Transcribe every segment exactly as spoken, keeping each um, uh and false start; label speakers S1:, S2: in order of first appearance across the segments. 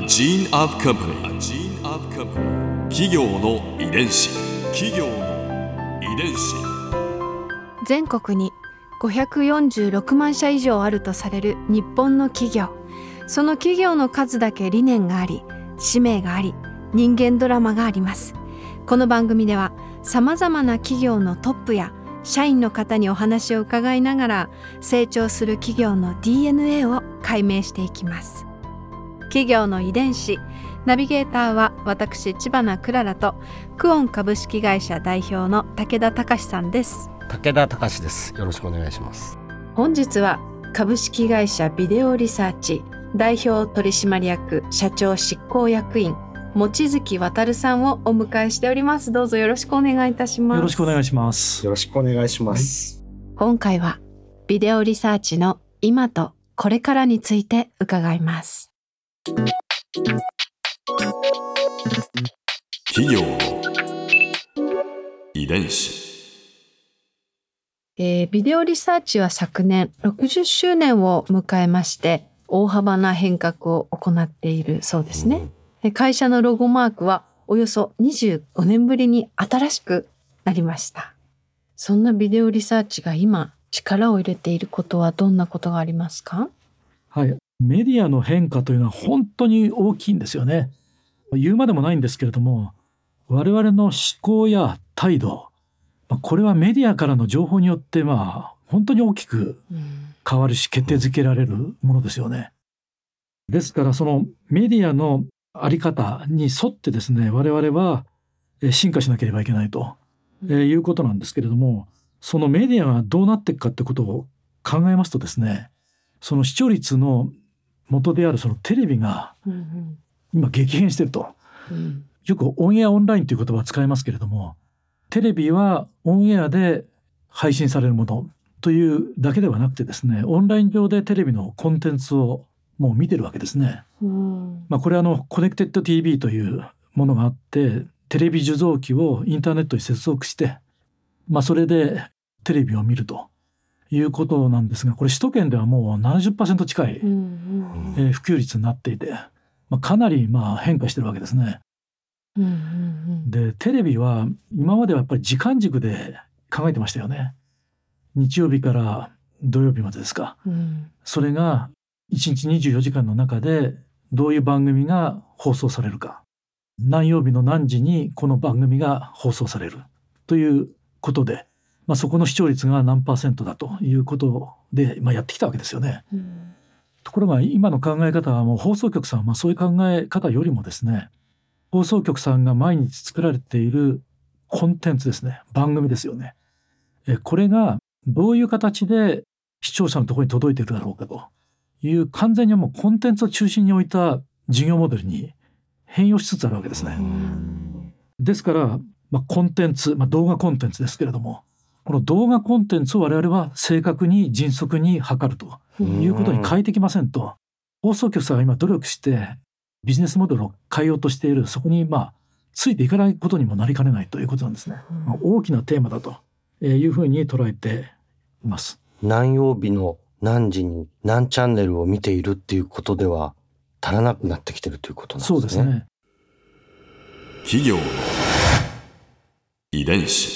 S1: A gene of company. A gene of company. 企業の遺伝子。企業の遺伝子。
S2: 全国にごひゃくよんじゅうろくまんしゃ以上あるとされる日本の企業。その企業の数だけ理念があり、使命があり、人間ドラマがあります。この番組ではさまざまな企業のトップや社員の方にお話を伺いながら、成長する企業の ディーエヌエー を解明していきます。企業の遺伝子、ナビゲーターは私知花クララとクオン株式会社代表の武田隆さんです。
S3: 武田隆です。よろしくお願いします。
S2: 本日は株式会社ビデオリサーチ代表取締役社長執行役員望月渉さんをお迎えしております。どうぞよろしくお願いいたします。
S4: よろしくお願いします。
S3: よろしくお願いします、
S2: はい、今回はビデオリサーチの今とこれからについて伺います。
S1: 企業の遺伝子。
S2: えー、ビデオリサーチは昨年ろくじゅっしゅうねんを迎えまして、大幅な変革を行っているそうですね、うん、会社のロゴマークはおよそにじゅうごねんぶりに新しくなりました。そんなビデオリサーチが今力を入れていることはどんなことがありますか？
S4: はい、メディアの変化というのは本当に大きいんですよね。言うまでもないんですけれども、我々の思考や態度、これはメディアからの情報によってまあ本当に大きく変わるし決定づけられるものですよね。ですからそのメディアのあり方に沿ってですね、我々は進化しなければいけないということなんですけれども、そのメディアがどうなっていくかってことを考えますとですね、その視聴率の元であるそのテレビが今激変していると、うん、よくオンエアオンラインという言葉を使いますけれども、テレビはオンエアで配信されるものというだけではなくてですね、オンライン上でテレビのコンテンツをもう見てるわけですね、うんまあ、これはあのコネクテッド ティーブイ というものがあって、テレビ受像機をインターネットに接続して、まあ、それでテレビを見るということなんですが、これ首都圏ではもう ななじゅっパーセント 近い、うんうんえー、普及率になっていて、まあ、かなりまあ変化してるわけですね、うんうんうん、でテレビは今まではやっぱり時間軸で考えてましたよね。日曜日から土曜日までですか、うん、それがいちにちにじゅうよじかんの中でどういう番組が放送されるか、何曜日の何時にこの番組が放送されるということで、まあ、そこの視聴率が何パーセントだということで、まあ、やってきたわけですよね、うん、ところが今の考え方はもう放送局さんはまあそういう考え方よりもですね、放送局さんが毎日作られているコンテンツですね、番組ですよね、えこれがどういう形で視聴者のところに届いているだろうかという完全にもうコンテンツを中心に置いた事業モデルに変容しつつあるわけですね。ですから、まあ、コンテンツ、まあ、動画コンテンツですけれども、この動画コンテンツを我々は正確に迅速に測るということに変えてきませんと、放送局さんが今努力してビジネスモデルを変えようとしている、そこにまあついていかないことにもなりかねないということなんですね、まあ、大きなテーマだというふうに捉えています。
S3: 何曜日の何時に何チャンネルを見ているっていうことでは足らなくなってきているということなんですね。
S4: そうですね。
S1: 企業の遺伝子。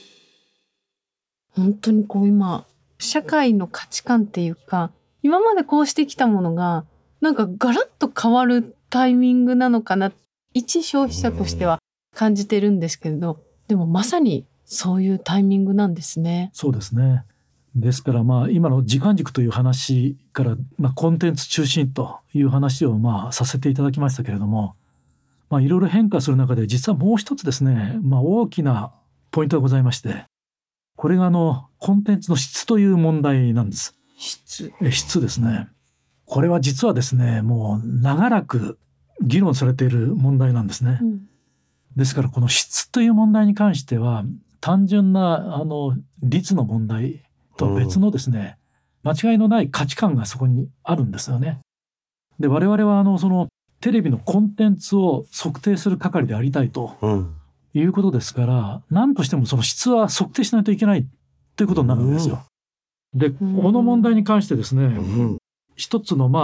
S2: 本当にこう今社会の価値観っていうか、今までこうしてきたものがなんかガラッと変わるタイミングなのかな、一消費者としては感じてるんですけれど、でもまさにそういうタイミングなんですね。
S4: そうですね。ですからまあ今の時間軸という話から、まあ、コンテンツ中心という話をまあさせていただきましたけれども、まあ、いろいろ変化する中で実はもう一つですね、まあ、大きなポイントがございまして、これがあのコンテンツの質という問題なんです。
S2: 質
S4: え質ですね。これは実はですね、もう長らく議論されている問題なんですね、うん、ですからこの質という問題に関しては単純なあの率の問題と別のですね、うん、間違いのない価値観がそこにあるんですよね。で我々はあのそのテレビのコンテンツを測定する係でありたいと、うんいうことですから、何としてもその質は測定しないといけないということになるんですよ、うん、でこの問題に関してですね、うん、一つのまあ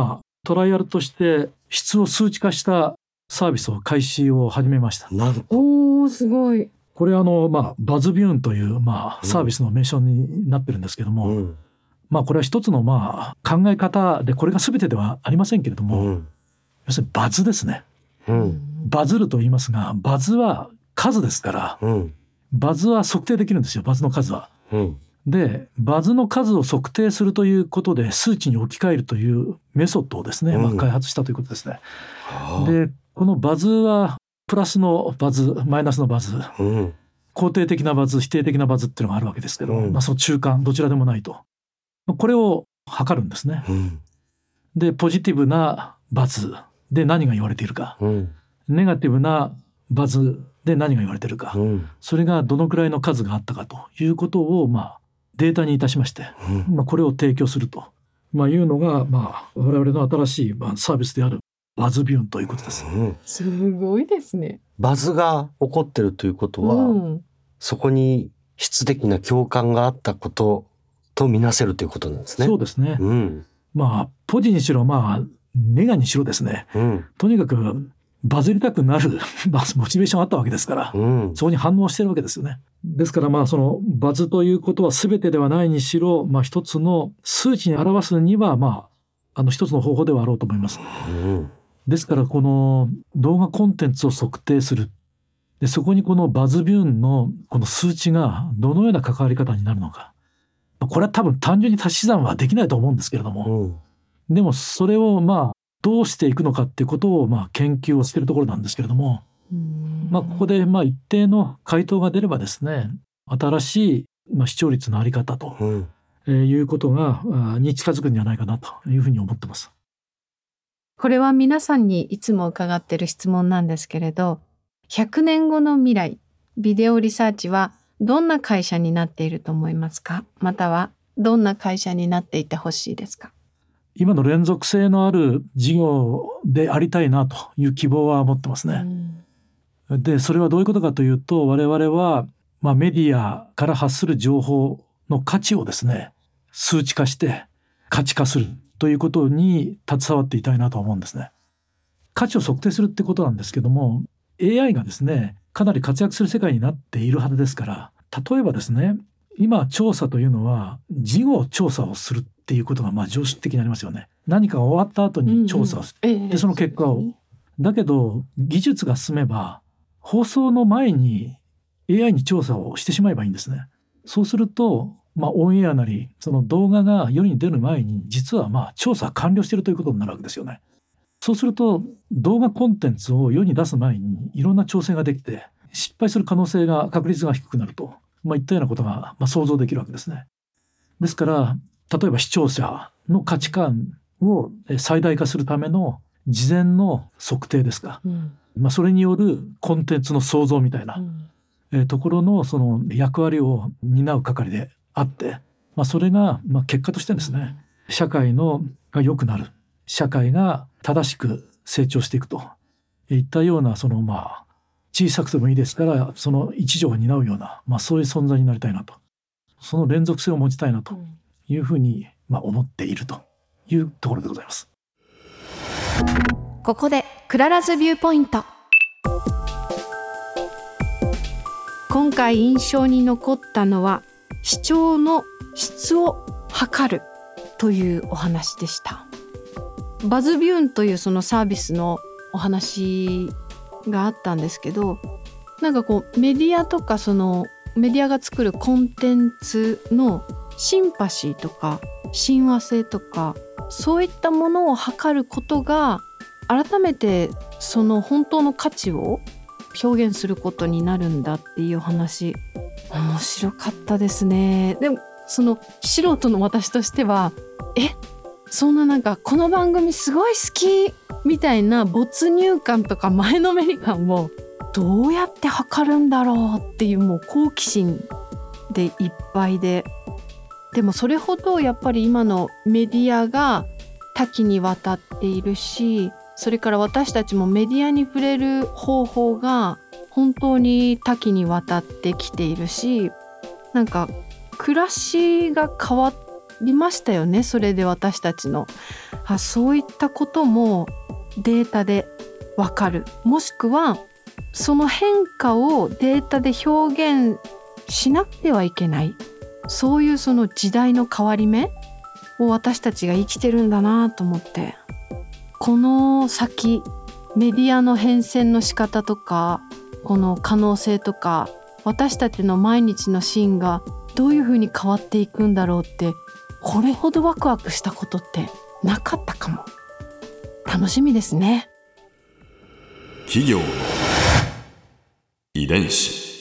S4: トライアルとして質を数値化したサービスを開始を始めました。
S3: なんと
S2: おーすごい。
S4: これあの、まあ、バズビューンという、まあ、サービスの名称になってるんですけども、
S3: うん
S4: まあ、これは一つの、まあ、考え方で、これが全てではありませんけれども、
S3: うん
S4: 要するにバズですね。
S3: うん
S4: バズると言いますが、バズは数ですから、
S3: うん
S4: バズは測定できるんですよ、バズの数は。
S3: うん
S4: で、バズの数を測定するということで数値に置き換えるというメソッドをですね、
S3: うん
S4: まあ、開発したということですね。
S3: はあ
S4: で、このバズはプラスのバズ、マイナスのバズ、
S3: うん
S4: 肯定的なバズ、否定的なバズっていうのがあるわけですけど、
S3: うん
S4: まあ、その中間どちらでもないと、これを測るんですね。
S3: うん
S4: で、ポジティブなバズで何が言われているか、
S3: うん
S4: ネガティブなバズで何が言われているか、
S3: うん
S4: それがどのくらいの数があったかということを、まあ、データにいたしまして、
S3: うん
S4: まあ、これを提供すると、まあ、いうのが、まあ、我々の新しい、まあ、サービスであるバズビューンということです。
S3: うん
S2: すごいですね。
S3: バズが起こってるということは、
S2: うん、
S3: そこに質的な共感があったこととみなせるということなんですね。
S4: そうですね。
S3: うん
S4: まあ、ポジにしろ、まあ、ネガにしろですね。
S3: うん
S4: とにかくバズりたくなる、まあ、モチベーションあったわけですから、
S3: うん
S4: そこに反応してるわけですよね。ですから、まあ、そのバズということは全てではないにしろ、まあ、一つの数値に表すには、まあ、あの一つの方法ではあろうと思います。
S3: うん
S4: ですから、この動画コンテンツを測定する。で、そこにこのバズビューンのこの数値がどのような関わり方になるのか。これは多分単純に足し算はできないと思うんですけれども、
S3: うん
S4: でもそれをまあどうしていくのかっていうことをまあ研究をしているところなんですけれども、まあここでまあ一定の回答が出ればですね、新しいまあ視聴率のあり方と
S3: うん
S4: えーいうことがあに近づくんじゃないかなというふうに思ってます。
S2: これは皆さんにいつも伺っている質問なんですけれど、ひゃくねんごの未来、ビデオリサーチはどんな会社になっていると思いますか？またはどんな会社になっていてほしいですか？
S4: 今の連続性のある事業でありたいなという希望は持ってますね。で、それはどういうことかというと、我々はまあメディアから発する情報の価値をですね、数値化して価値化するということに携わっていたいなと思うんですね。価値を測定するってことなんですけども、 エーアイ がですねかなり活躍する世界になっているはずですから、例えばですね、今調査というのは事後調査をするっていうことがまあ常識的になりますよね。何かが終わった後に調査をする、
S2: うんうん、
S4: でその結果を、だけど技術が進めば放送の前に エーアイ に調査をしてしまえばいいんですね。そうすると、まあ、オンエアなりその動画が世に出る前に実はまあ調査完了しているということになるわけですよね。そうすると動画コンテンツを世に出す前にいろんな調整ができて失敗する可能性が確率が低くなると、まあ、いったようなことがまあ想像できるわけですね。ですから例えば視聴者の価値観を最大化するための事前の測定ですか、
S2: うん
S4: まあ、それによるコンテンツの創造みたいな、
S2: うん
S4: えーところのその役割を担う係であって、まあ、それがまあ結果としてですね、社会のが良くなる、社会が正しく成長していくといったような、そのまあ小さくてもいいですからその一助を担うような、まあ、そういう存在になりたいなと、その連続性を持ちたいなというふうにまあ思っているというところでございます。
S2: ここでクララズビューポイント。今回印象に残ったのは視聴の質を測るというお話でした。バズビューンというそのサービスのお話があったんですけど、なんかこうメディアとかそのメディアが作るコンテンツのシンパシーとか親和性とかそういったものを測ることが改めてその本当の価値を表現することになるんだっていう話、面白かったですね。でもその素人の私としては、えそんななんかこの番組すごい好きみたいな没入感とか前のめり感をどうやって測るんだろうっていうもう好奇心でいっぱいで、でもそれほどやっぱり今のメディアが多岐にわたっているし、それから私たちもメディアに触れる方法が本当に多岐にわたってきているし、なんか暮らしが変わりましたよね。それで私たちのあ、そういったこともデータでわかる、もしくはその変化をデータで表現しなくてはいけない、そういうその時代の変わり目を私たちが生きてるんだなと思って、この先メディアの変遷の仕方とか、この可能性とか、私たちの毎日のシーンがどういうふうに変わっていくんだろうって、これほどワクワクしたことってなかったかも。楽しみですね。
S1: 企業の遺伝子。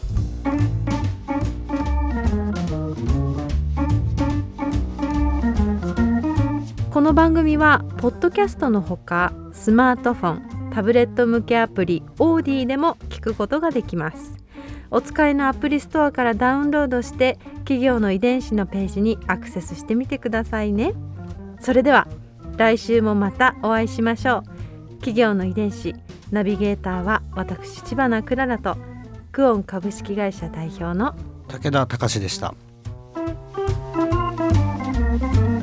S2: この番組はポッドキャストのほか、スマートフォン、タブレット向けアプリオーディでも聞くことができます。お使いのアプリストアからダウンロードして企業の遺伝子のページにアクセスしてみてくださいね。それでは来週もまたお会いしましょう。企業の遺伝子ナビゲーターは私知花くららと、クオン株式会社代表の
S3: 武田隆でした。